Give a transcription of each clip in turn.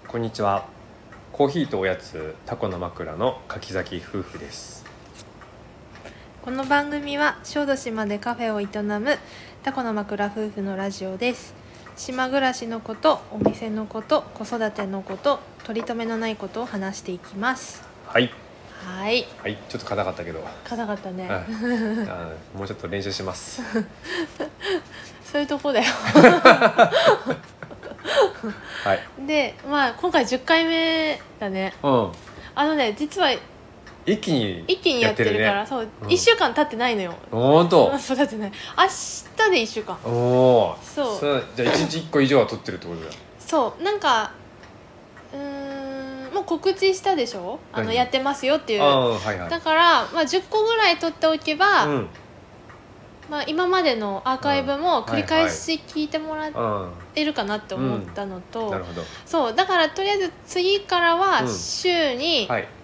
こんにちは。コーヒーとおやつタコの枕の柿崎夫婦です。 この番組は小豆島でカフェを営むタコの枕夫婦のラジオです。島暮らしのこと、お店のこと、子育てのこと、取り留めのないことを話していきます。 はいはい、 はい、ちょっと硬かったけど、 硬かったね。 もうちょっと練習します。 そういうとこだよ。 はい。 で、今回10回目だね。実は一気にやってるから、そう、1週間経ってないのよ。 ほんと。 そう経ってない。明日で1週間。 おお。 そうじゃあ1日1個以上は取ってるってことだよ。 そうなんかもう告知したでしょ、やってますよっていう、だから、10個ぐらい取っておけば、今までのアーカイブも繰り返し聞いてもらってるかなって思ったのと、 なるほど。 そうだからとりあえず次からは週に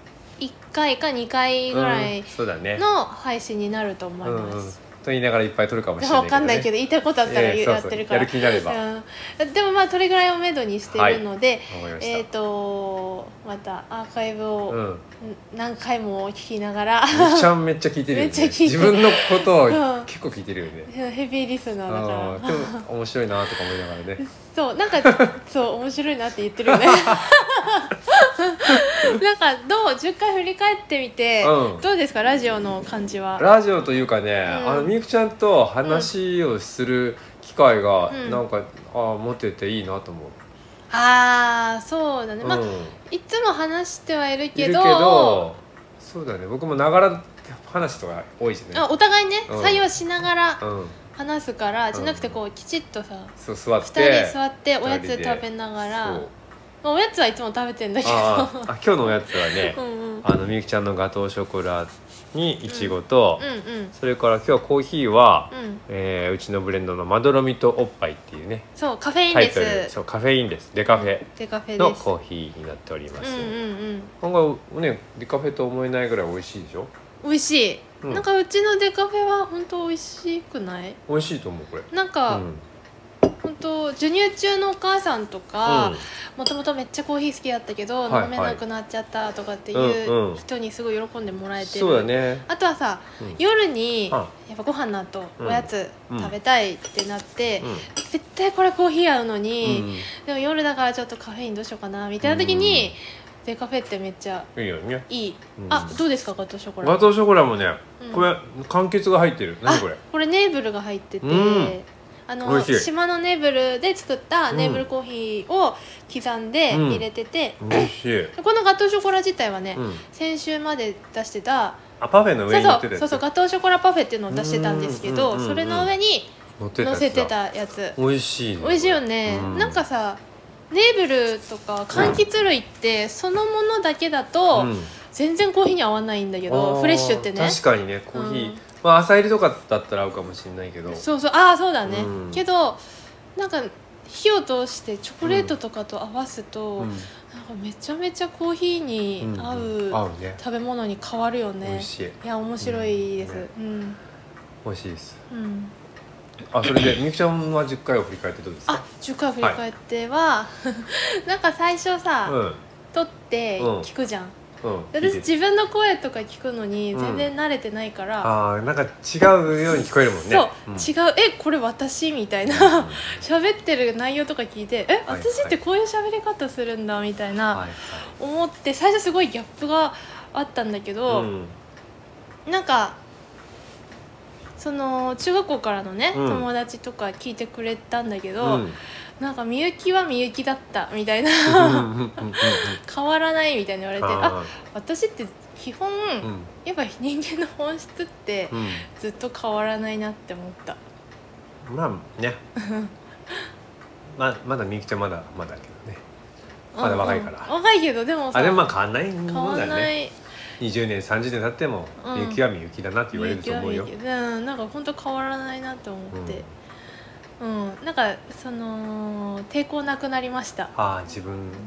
1回か2回ぐらいの配信になると思います。 と言いながらいっぱい取るかもしれないけどね。 分かんないけど言いたいことあったらやってるから、 やる気になれば、 でもそれぐらいをめどにしてるので、またアーカイブを何回も聞きながら、 めっちゃ聞いてるよね。自分のことを結構聞いてるよね。 ヘビーリスナーだから。 でも面白いなとか思いながらね。 そう面白いなって言ってるよね。10回振り返ってみて、どうですか、ラジオの感じは。 ラジオというかね、みゆきちゃんと話をする機会がなんか、持ってていいなと思う。 そうだね。いつも話してはいるけど、 そうだね、僕もながら話とか多いしね。 お互いね、採用しながら話すから、じゃなくてきちっとさ、2人座っておやつ食べながら、おやつはいつも食べてんだけど、 今日のおやつはね、みゆきちゃんのガトーショコラにいちごと、それから今日はコーヒーは、うちのブレンドのまどろみとおっぱいっていうね、 そうカフェインです。 そうカフェインです。デカフェのコーヒーになっております。今後ね、デカフェと思えないぐらい美味しいでしょ。 美味しい。なんかうちのデカフェは本当美味しくない？ 美味しいと思うこれ。 なんか、本当授乳中のお母さんとか、もともとめっちゃコーヒー好きだったけど、飲めなくなっちゃったとかっていう人にすごい喜んでもらえてる。 そうだね。 あとはさ、夜にやっぱご飯の後おやつ食べたいってなって、絶対これコーヒー合うのに、でも夜だからちょっとカフェインどうしようかなみたいな時に、デカフェってめっちゃいいよね。いい。どうですか、ガトーショコラ。 ガトーショコラもね、これ柑橘が入ってる。何これ？ これネーブルが入ってて、島のネーブルで作ったネーブルコーヒーを刻んで入れてて、このガトーショコラ自体はね、先週まで出してたパフェの上に乗ってたやつ。 そうガトーショコラパフェっていうのを出してたんですけど、それの上に乗せてたやつ。 美味しいね。 美味しいよね。なんかさ、ネーブルとか柑橘類ってそのものだけだと全然コーヒーに合わないんだけど、フレッシュってね。 確かにね、コーヒー、朝入りとかだったら合うかもしれないけど、 そうだね。けどなんか火を通してチョコレートとかと合わすと、なんかめちゃめちゃコーヒーに合う食べ物に変わるよね。 美味しい。 いや面白いです。 美味しいです。それでみゆきちゃんは10回を振り返ってどうですか ？10回を振り返っては、なんか最初さ、撮って聞くじゃん。私自分の声とか聞くのに全然慣れてないから、 なんか違うように聞こえるもんね。 そう、違う、これ私みたいな喋ってる内容とか聞いて、私ってこういう喋り方するんだみたいな思って、最初すごいギャップがあったんだけど、なんかその中学校からのね、友達とか聞いてくれたんだけど、なんかみゆきはみゆきだったみたいな変わらないみたいに言われて、私って基本、やっぱ人間の本質ってずっと変わらないなって思った。 ねまだみゆきちゃんまだけどね、まだ若いから、 若いけど、でもさ、 でも変わんないもんだね。20年30年経ってもみゆきはみゆきだなって言われると思うよ。 なんか本当変わらないなと思って、なんかその抵抗なくなりました。 自分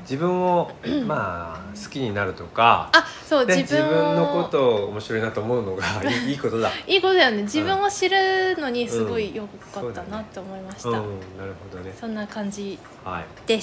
自分をまあ好きになるとか、 そう、 自分のことを面白いなと思うのがいいことだ。 いいことだよね。自分を知るのにすごい良かったなって思いました。 なるほどね。 そんな感じです。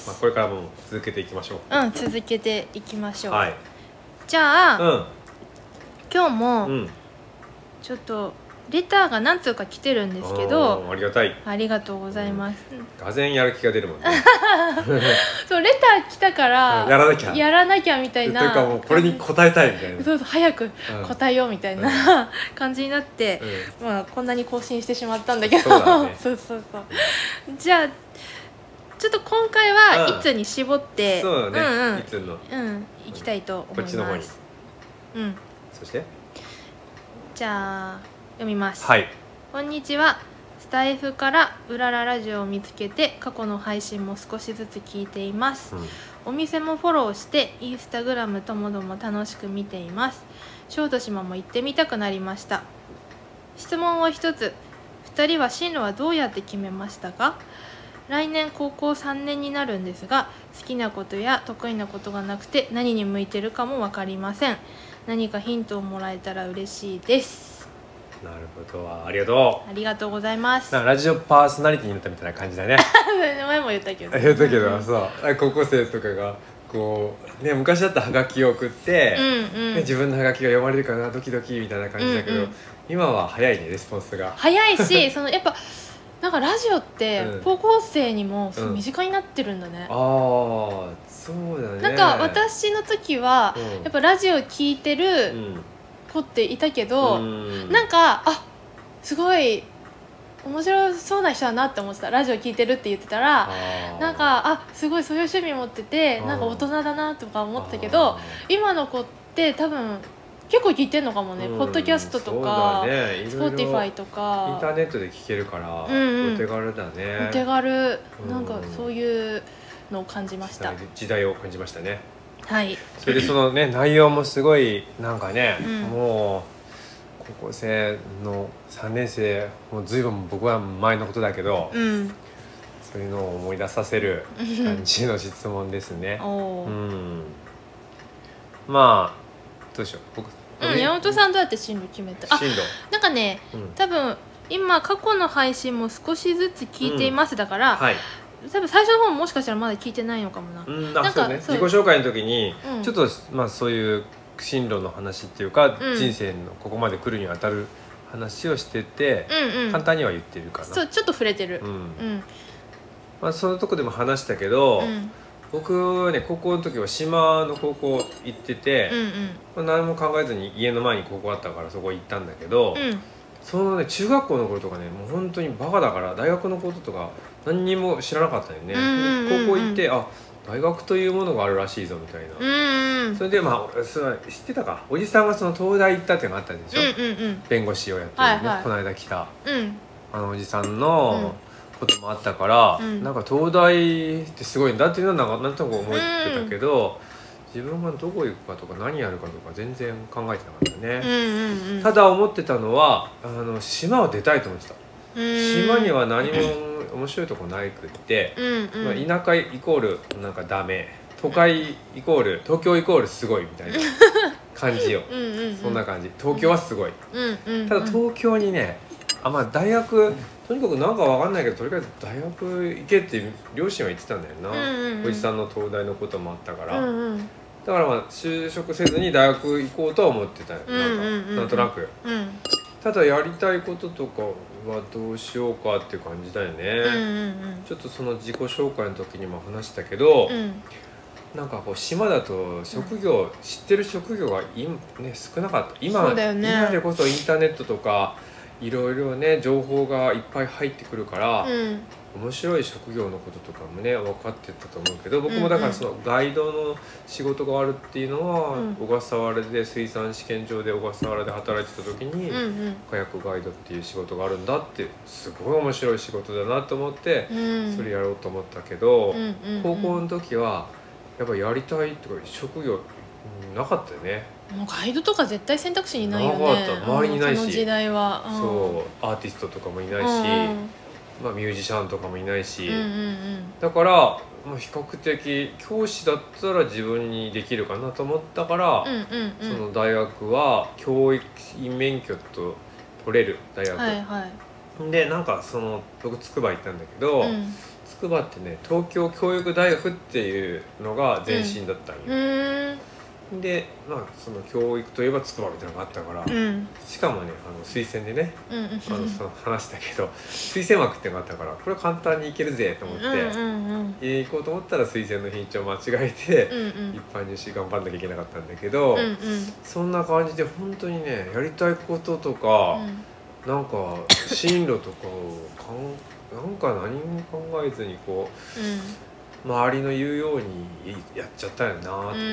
これからも続けていきましょう。 続けていきましょう。 はい、 じゃあ、今日もちょっとレターが何通か来てるんですけど、 ありがたい。 ありがとうございます。 がぜんやる気が出るもんね。 そうレター来たからやらなきゃみたいな。 というかもうこれに答えたいみたいな。 そう早く答えようみたいな感じになって、まあこんなに更新してしまったんだけど、そう。じゃあちょっと今回はいつに絞って、いつの行きたいと思います。 こっちの方に。そしてじゃあ読みます。 はい。 こんにちは。スタイフからうららラジオを見つけて過去の配信も少しずつ聞いています。お店もフォローしてインスタグラムともども楽しく見ています。小豆島も行ってみたくなりました。質問を一つ。2人は進路はどうやって決めましたか？来年高校3年になるんですが、好きなことや得意なことがなくて何に向いてるかも分かりません。何かヒントをもらえたら嬉しいです。 なるほど、ありがとう。 ありがとうございます。 ラジオパーソナリティになったみたいな感じだね。 前も言ったけど。 そう高校生とかがこうね、昔だったらハガキを送って、自分のハガキが読まれるかなドキドキみたいな感じだけど、今は早いね、レスポンスが早いしそのやっぱなんかラジオって高校生にも身近になってるんだね。 そうだね。 なんか私の時はやっぱラジオ聞いてる子っていたけど、なんかすごい面白そうな人だなって思ってた。ラジオ聞いてるって言ってたらなんかすごいそういう趣味持っててなんか大人だなとか思ってたけど、今の子って多分結構聞いてんのかもね。ポッドキャストとかSpotify とかインターネットで聞けるからお手軽だね。 お手軽、なんかそういうのを感じました。 時代を感じましたね。 はい。 それでそのね内容もすごいなんかね、もう高校生の3年生もう随分僕は前のことだけど、そういうのを思い出させる感じの質問ですね。まあどうしよう。僕山本さんどうやって進路決めた？なんかね、多分今過去の配信も少しずつ聞いていますだから、多分最初の方もしかしたらまだ聞いてないのかもな。 なんかね、自己紹介の時にちょっとまあそういう進路の話っていうか、人生のここまで来るにあたる話をしてて、簡単には言ってるかな。 そう、ちょっと触れてる。 まあそのとこでも話したけど、僕ね高校の時は島の高校行ってて、何も考えずに家の前に高校あったからそこ行ったんだけど、そのね中学校の頃とかねもう本当にバカだから大学のこととか何にも知らなかったよね。高校行って大学というものがあるらしいぞみたいな。それでまあ知ってたか、おじさんがその東大行ったっていうのがあったんでしょ。弁護士をやってるね、この間来たおじさんのこともあったから、なんか東大ってすごいんだっていうのはなんとなく思ってたけど、自分がどこ行くかとか何やるかとか全然考えてなかったね。ただ思ってたのは島を出たいと思ってた。島には何も面白いとこなくって、田舎イコールなんかダメ、都会イコール東京イコールすごいみたいな感じよ。そんな感じ。東京はすごい。ただ東京にねまあ大学とにかくなんかわかんないけどとりあえず大学行けって両親は言ってたんだよな。おじさんの東大のこともあったから、だからまあ就職せずに大学行こうとは思ってたよ。なんとなく。ただやりたいこととかはどうしようかっていう感じだよね。ちょっとその自己紹介の時にも話したけど、なんかこう島だと職業、知ってる職業が少なかった。今でこそインターネットとかいろいろね情報がいっぱい入ってくるから、面白い職業のこととかもね分かってたと思うけど、僕もだからそのガイドの仕事があるっていうのは、小笠原で水産試験場で小笠原で働いてた時に、カヤックガイドっていう仕事があるんだってすごい面白い仕事だなと思って、それやろうと思ったけど、高校の時はやっぱやりたいとか職業なかったよね。 もうガイドとか絶対選択肢にないよね。 なかった、周りにないし、 その時代は、 そうアーティストとかもいないし、ミュージシャンとかもいないし、だから比較的教師だったら自分にできるかなと思ったから、その大学は教育員免許と取れる大学、でなんか僕筑波行ったんだけど、筑波ってね東京教育大学っていうのが前身だったんよ、でその教育といえば筑波みたいなのがあったから、しかもね推薦でね、話したけど推薦枠っていうのがあったからこれ簡単に行けるぜと思って、行こうと思ったら推薦の日にちを間違えて、一般入試頑張んなきゃいけなかったんだけど、そんな感じで本当にねやりたいこととか、なんか進路とかをなんか何も考えずにこう、周りの言うようにやっちゃったよなと思って、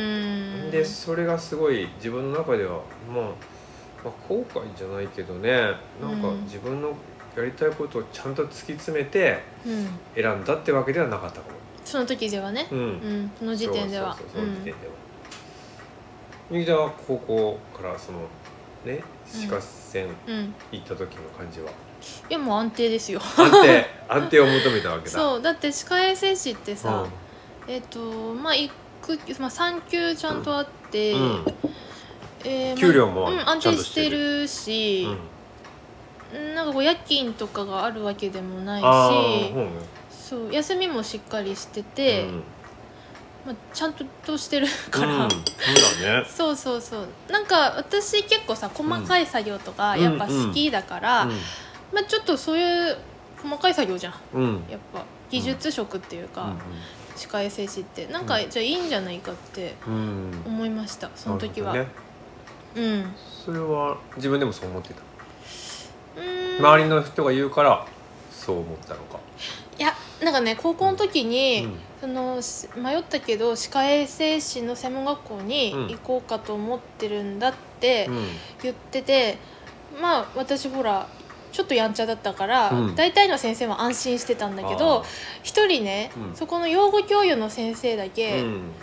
でそれがすごい自分の中では後悔じゃないけどね、なんか自分のやりたいことをちゃんと突き詰めて選んだってわけではなかったかも、 その時ではね、その時点では。 その時点ではみゆきちゃんは高校からそのね歯科線行った時の感じは、 いやもう安定ですよ。 安定を求めたわけだ。 そうだって歯科衛生士ってさ、3級ちゃんとあって、 給料も安定してるし、なんかこう夜勤とかがあるわけでもないし、そう休みもしっかりしてて、ちゃんとしてるから、そうそうそう、なんか私結構さ細かい作業とかやっぱ好きだから、ちょっとそういう細かい作業じゃん、やっぱ技術職っていうか、歯科衛生士ってなんかじゃあいいんじゃないかって思いましたその時は。 それは自分でもそう思ってた？周りの人が言うからそう思ったのか？ いやなんかね高校の時に、迷ったけど歯科衛生士の専門学校に行こうかと思ってるんだって言ってて、私ほらちょっとやんちゃだったから、大体の先生は安心してたんだけど、一人ね、そこの養護教諭の先生だけ、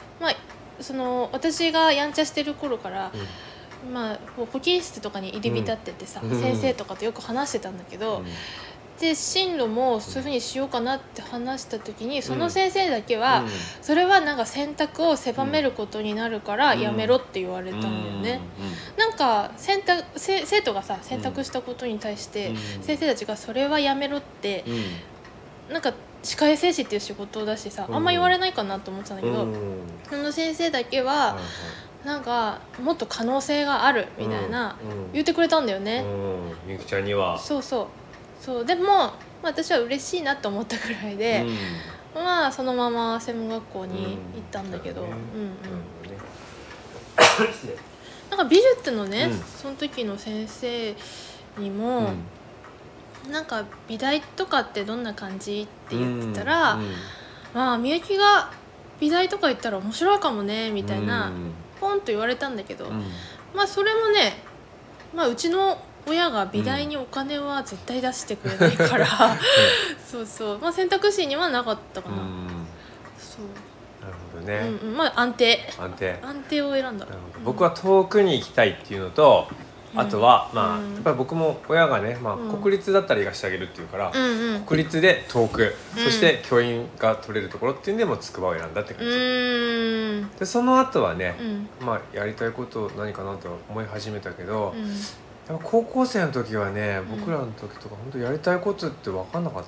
私がやんちゃしてる頃から、保健室とかに入り浸っててさ、先生とかとよく話してたんだけど、で進路もそういう風にしようかなって話した時に、その先生だけは、それはなんか選択を狭めることになるからやめろって言われたんだよね。なんか生徒がさ選択したことに対して、先生たちがそれはやめろって、なんか歯科衛生士っていう仕事を出してさ、あんま言われないかなと思ってたんだけど、その先生だけは、なんかもっと可能性があるみたいな、言ってくれたんだよね、 みゆきちゃんには。 そうでも、私は嬉しいなと思ったくらいで、そのまま専門学校に行ったんだけど、なんか美術のね、その時の先生にも、なんか美大とかってどんな感じって言ってたら、みゆきが美大とか行ったら面白いかもねみたいな、ポンと言われたんだけど、それもね、うちの親が美大にお金は絶対出してくれないから、選択肢にはなかったかな。なるほどね。安定を選んだ。 僕は遠くに行きたいっていうのと、あとはやっぱり僕も親がね、国立だったら行かせてあげるっていうから、国立で遠く、そして教員が取れるところっていうんでも筑波を選んだって感じで、その後はね、やりたいこと何かなと思い始めたけど、高校生の時はね、僕らの時とか本当やりたいことって分かんなかった。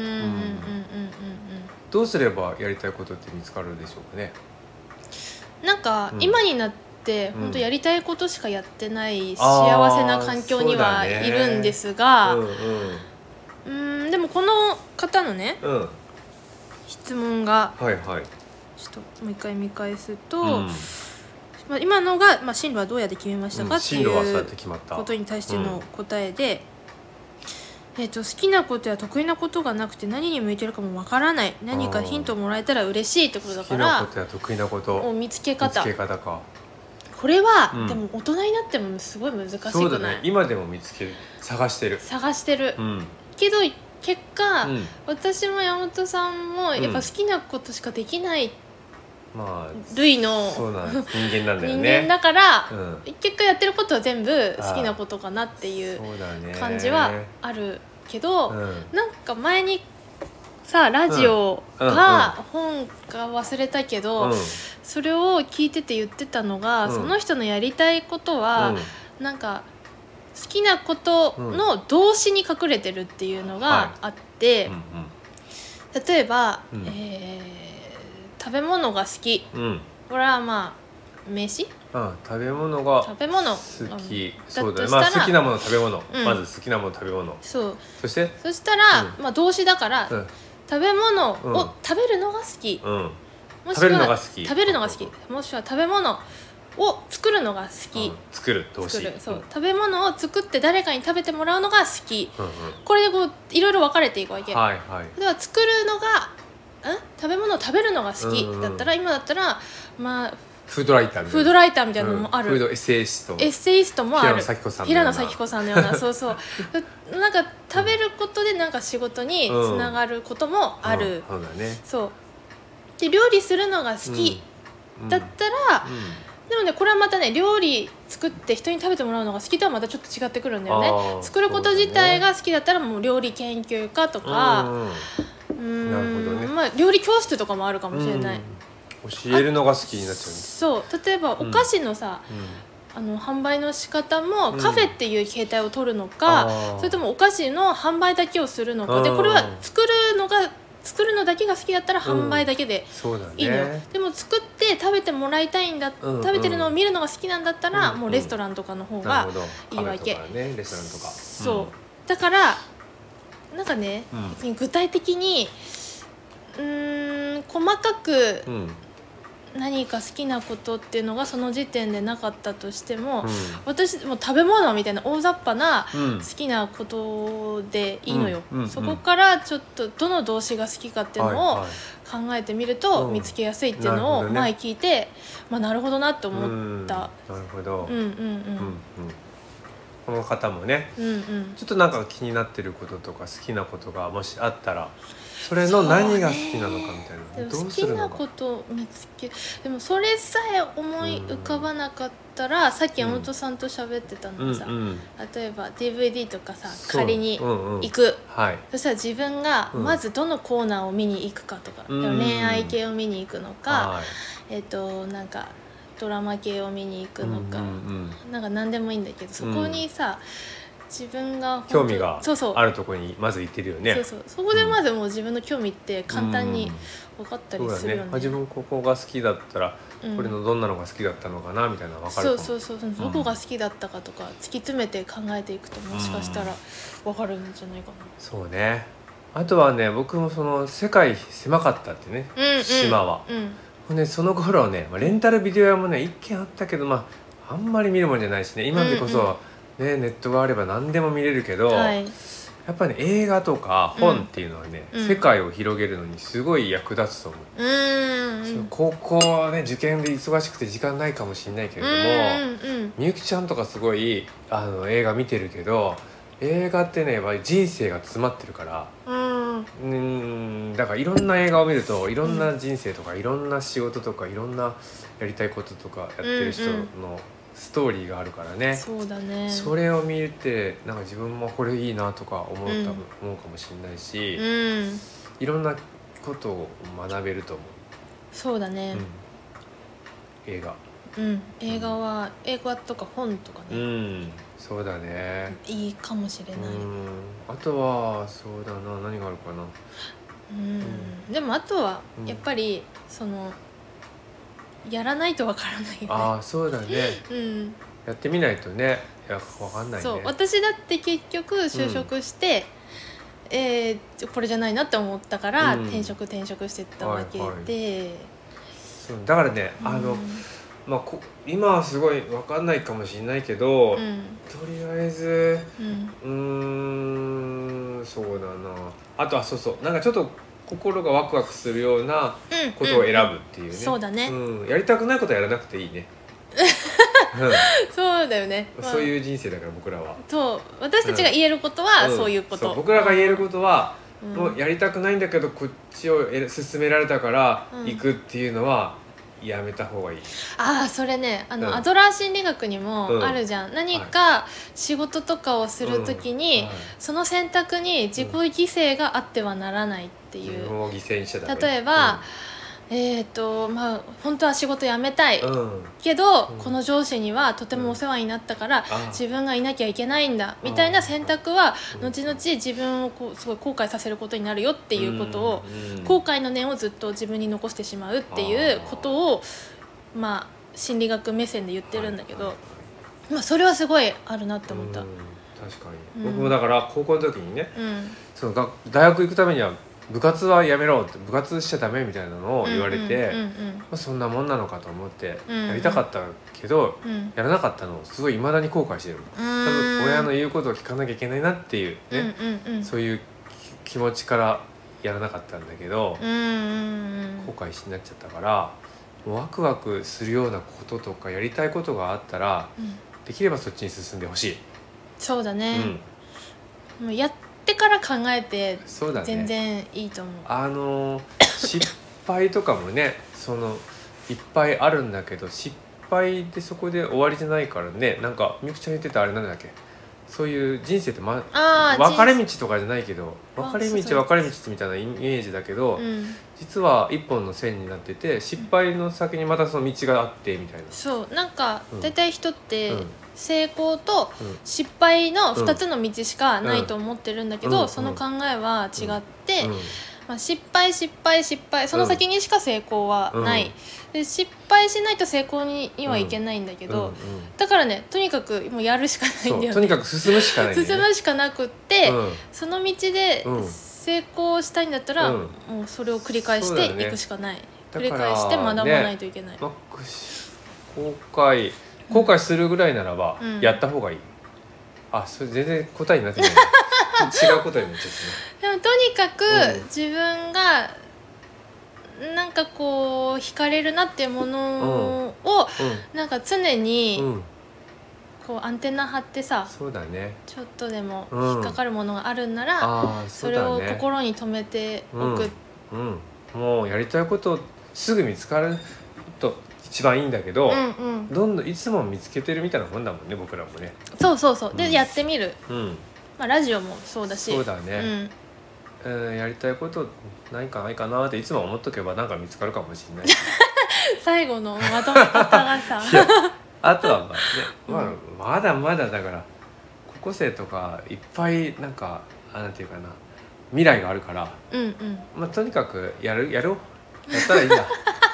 どうすればやりたいことって見つかるでしょうかね。 なんか今になって本当やりたいことしかやってない幸せな環境にはいるんですが、でもこの方のね、質問が、ちょっともう一回見返すと、今のが、進路はどうやって決めましたかっていうことに対しての答えで、好きなことや得意なことがなくて何に向いてるかもわからない、何かヒントをもらえたら嬉しいってことだから、 好きなことや得意なこと見つけ方か。 これは、でも大人になってもすごい難しくない？ そうだね、今でも探してる、 けど結果、私も山本さんもやっぱ好きなことしかできない類の人間なんだよね。 人間だから、結果やってることは全部好きなことかなっていう感じはあるけど、なんか前にさラジオか本か忘れたけど、それを聞いてて言ってたのが、その人のやりたいことは、なんか好きなことの動詞に隠れてるっていうのがあって、例えば、食べ物が好き、これはまあ名詞、 食べ物が好き、そうだね、まあ好きなもの食べ物、まず好きなもの食べ物、そしたら、まあ動詞だから、食べ物を食べるのが好き、もしくは食べるのが好き、もしくは食べ物を作るのが好き、 作る動詞、 そう食べ物を作って誰かに食べてもらうのが好き、これでこういろいろ分かれていくわけ。では作るのが食べ物を食べるのが好きだったら、今だったらまあフードライターみたいなのもある、 フードエッセイストもある、 平野咲子さんのようなそうなんか食べることでなんか仕事につながることもある、そうで料理するのが好きだったら、でもねこれはまたね料理作って人に食べてもらうのが好きとはまたちょっと違ってくるんだよね。作ること自体が好きだったらもう料理研究家とか、まあ料理教室とかもあるかもしれない。 教えるのが好きになっちゃう。 そう例えばお菓子のさ、販売の仕方もカフェっていう形態を取るのか、それともお菓子の販売だけをするのかで、これは作るのだけが好きだったら販売だけでいいのよ。でも作って食べてもらいたいんだ、食べてるのを見るのが好きなんだったら、もうレストランとかの方がいいわけ。そうだからなんかね、具体的に細かく何か好きなことっていうのがその時点でなかったとしても、私も食べ物みたいな大雑把な好きなことでいいのよ。そこからちょっとどの動詞が好きかっていうのを考えてみると見つけやすいっていうのを前聞いて、なるほどなって思った。 なるほど。この方もね、ちょっとなんか気になってることとか好きなことがもしあったら、それの何が好きなのかみたいな、どうするのか。好きなことを見つけ、でもそれさえ思い浮かばなかったら、さっき山本さんと喋ってたのがさ、例えば DVD とかさ借りに行く、そしたら自分がまずどのコーナーを見に行くかとか、恋愛系を見に行くのか、なんかドラマ系を見に行くのか、なんか何でもいいんだけど、そこにさ、自分が興味があるところにまず行ってるよね。 そこでまずもう自分の興味って簡単に分かったりするよね。 自分ここが好きだったら、これのどんなのが好きだったのかなみたいなの分かるかも。 どこが好きだったかとか突き詰めて考えていくと、もしかしたら分かるんじゃないかな。 そうね。あとはね、僕もその世界狭かったってね、島は。その頃ね、レンタルビデオ屋もね一軒あったけど、あんまり見るもんじゃないしね。今でこそネットがあれば何でも見れるけど、やっぱりね映画とか本っていうのはね、世界を広げるのにすごい役立つと思う。高校はね受験で忙しくて時間ないかもしれないけれども、みゆきちゃんとかすごい映画見てるけど、映画ってねやっぱり人生が詰まってるから、だからいろんな映画を見るといろんな人生とかいろんな仕事とかいろんなやりたいこととかやってる人のストーリーがあるからね。 そうだね。 それを見てなんか自分もこれいいなとか思うかもしれないし、いろんなことを学べると思う。 そうだね。 映画。 映画とか本とかね。 そうだね。 いいかもしれない。 あとはそうだな、何があるかな。 でもあとはやっぱりそのやらないとわからないよね。 そうだね。やってみないとね、わかんないね。 そう、私だって結局就職して、これじゃないなって思ったから転職してったわけで、 だからね、今はすごい分かんないかもしれないけど、とりあえずそうだな。あとはなんかちょっと心がワクワクするようなことを選ぶっていうね。 そうだね。 やりたくないことはやらなくていいね。 そうだよね。 そういう人生だから僕らは。 そう私たちが言えることはそういうこと。 僕らが言えることは、もうやりたくないんだけどこっちを勧められたから行くっていうのはやめた方がいい。 それねアドラー心理学にもあるじゃん、何か仕事とかをするときに、その選択に自己犠牲があってはならないっていう、 自分を犠牲にしちゃダメ。 例えば、本当は仕事辞めたい、けど、この上司にはとてもお世話になったから、自分がいなきゃいけないんだみたいな選択は後々自分をすごい後悔させることになるよっていうことを、後悔の念をずっと自分に残してしまうっていうことを心理学目線で言ってるんだけど、それはすごいあるなって思った。 確かに、僕もだから高校の時にね、その大学行くためには部活はやめろって、部活しちゃダメみたいなのを言われて、そんなもんなのかと思ってやりたかったけど、やらなかったのをすごい未だに後悔してる。多分親の言うことを聞かなきゃいけないなっていうね、そういう気持ちからやらなかったんだけど、後悔しになっちゃったから、もうワクワクするようなこととかやりたいことがあったら、できればそっちに進んでほしい。 そうだね、もうやってから考えて全然いいと思う。 失敗とかもねいっぱいあるんだけど、失敗でそこで終わりじゃないからね。なんかみゆきちゃん言ってたあれなんだっけ、そういう人生って、分かれ道とかじゃないけど、分かれ道みたいなイメージだけど、実は一本の線になってて、失敗の先にまたその道があってみたいな。 そうなんか大体人って成功と失敗の2つの道しかないと思ってるんだけど、その考えは違って、失敗その先にしか成功はない、で失敗しないと成功にはいけないんだけど、だからね、とにかくもうやるしかないんだよね。 とにかく進むしかないんだよね。 進むしかなくって、その道で成功したいんだったら、もうそれを繰り返していくしかない、繰り返して学ばないといけない。 後悔するぐらいならばやった方がいい。それ全然答えになってない違う答えになっちゃってね。でもとにかく自分がなんかこう惹かれるなっていうものをなんか常にこうアンテナ張ってさ、 そうだね、 ちょっとでも引っかかるものがあるんなら、それを心に留めておく。 もうやりたいことすぐ見つかると一番いいんだけど、どんどんいつも見つけてるみたいなもんだもんね、僕らもね。 そうでやってみる。ラジオもそうだし。 そうだね、やりたいことないかなっていつも思っとけばなんか見つかるかもしれない最後のまとめ方がさあとはまだまだだから、高校生とかいっぱいなんかなんていうかな、未来があるから、とにかくやったらいいんだ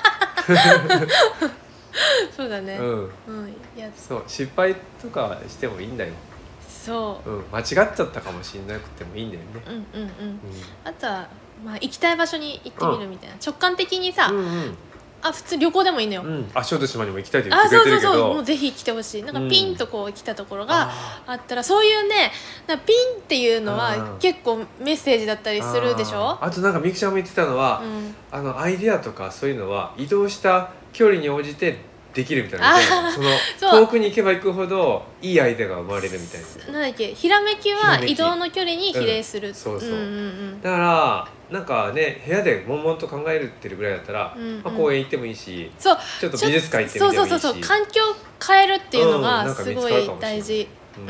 そうだね、 そう、失敗とかしてもいいんだよ。 そう、 間違っちゃったかもしれなくてもいいんだよね。 あとは行きたい場所に行ってみるみたいな、直感的にさ、普通旅行でもいいのよ。 小豆島にも行きたいって言ってくれてるけど、 そうもうぜひ来てほしい。なんかピンとこう来たところがあったら、そういうね、ピンっていうのは結構メッセージだったりするでしょ。 あとなんかみゆきちゃんも言ってたのは、アイデアとかそういうのは移動した距離に応じてできるみたいな、遠くに行けば行くほどいいアイデアが生まれるみたいな。 なんだっけ、ひらめきは移動の距離に比例する。 だからなんかね、部屋で悶々と考えてるぐらいだったら、公園行ってもいいし、ちょっと美術館行ってみてもいいし、 環境を変えるっていうのがすごい大事。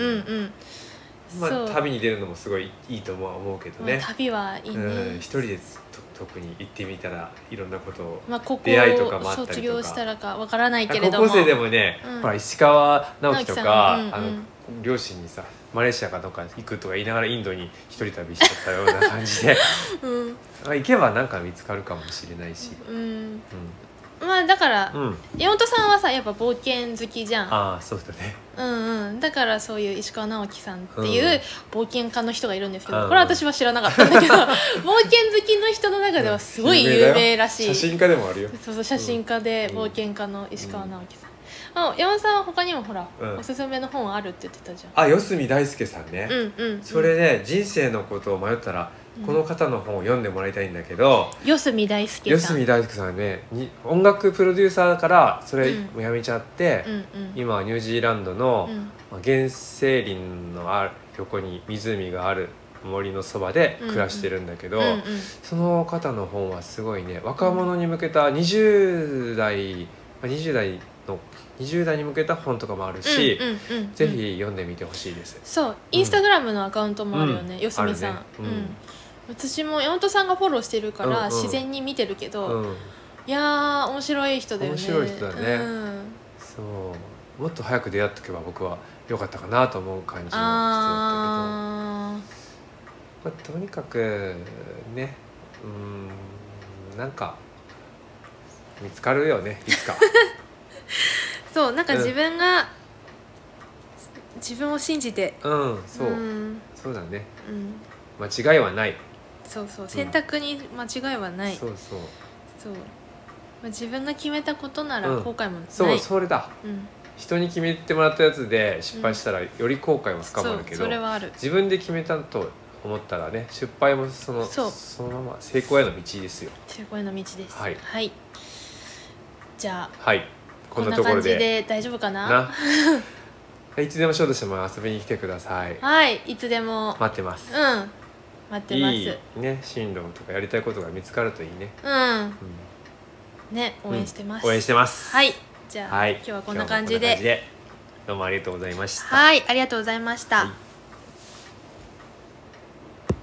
旅に出るのもすごいいいと思うけどね。 旅はいいね。 一人で特に行ってみたらいろんなことを、出会いとかもあったりとか。 卒業したらかわからないけれども、 高校生でもね、ほら石川直樹とか両親にさ、マレーシアかどっか行くとか言いながらインドに一人旅しちゃったような感じで行けばなんか見つかるかもしれないし、 だから山本さんはさ、やっぱ冒険好きじゃん。 そうだね。 だからそういう石川直樹さんっていう冒険家の人がいるんですけど、これは私は知らなかったんだけど冒険好きの人の中ではすごい有名らしい。 写真家でもあるよ。 そう写真家で冒険家の石川直樹さん。山本さんは他にもほら、おすすめの本あるって言ってたじゃん。 四隅大輔さんね。それで人生のことを迷ったらこの方の本を読んでもらいたいんだけど、 四隅大輔さんね、音楽プロデューサーからそれもやめちゃって、今はニュージーランドの原生林の横に湖がある森のそばで暮らしてるんだけど、その方の本はすごいね、若者に向けた20代に向けた本とかもあるし、ぜひ読んでみてほしいです。 そうインスタグラムのアカウントもあるよね、よすみさん、私も山本さんがフォローしてるから自然に見てるけど、いやー面白い人だよね。 面白い人だね、そうもっと早く出会っとけば僕は良かったかなと思う感じの人だったけど、とにかくね、なんか見つかるよね、いつかそうなんか自分が、自分を信じて、 そうだね、間違いはない。 そう選択に間違いはない。そう、自分が決めたことなら後悔もない。 そうそれだ、人に決めてもらったやつで失敗したらより後悔は深まるけど、 それはある。 自分で決めたと思ったらね、失敗もそのまま成功への道ですよ。 成功への道です。 はい、 じゃあ、 こんなところでこんな感じで大丈夫かな。 いつでも小豆島遊びに来てください。 いつでも待ってます。 待ってます。 いいね、進路とかやりたいことが見つかるといいね。 ね、応援してます。 応援してます。 じゃあ、今日はこんな感じで。 どうもありがとうございました。 ありがとうございました。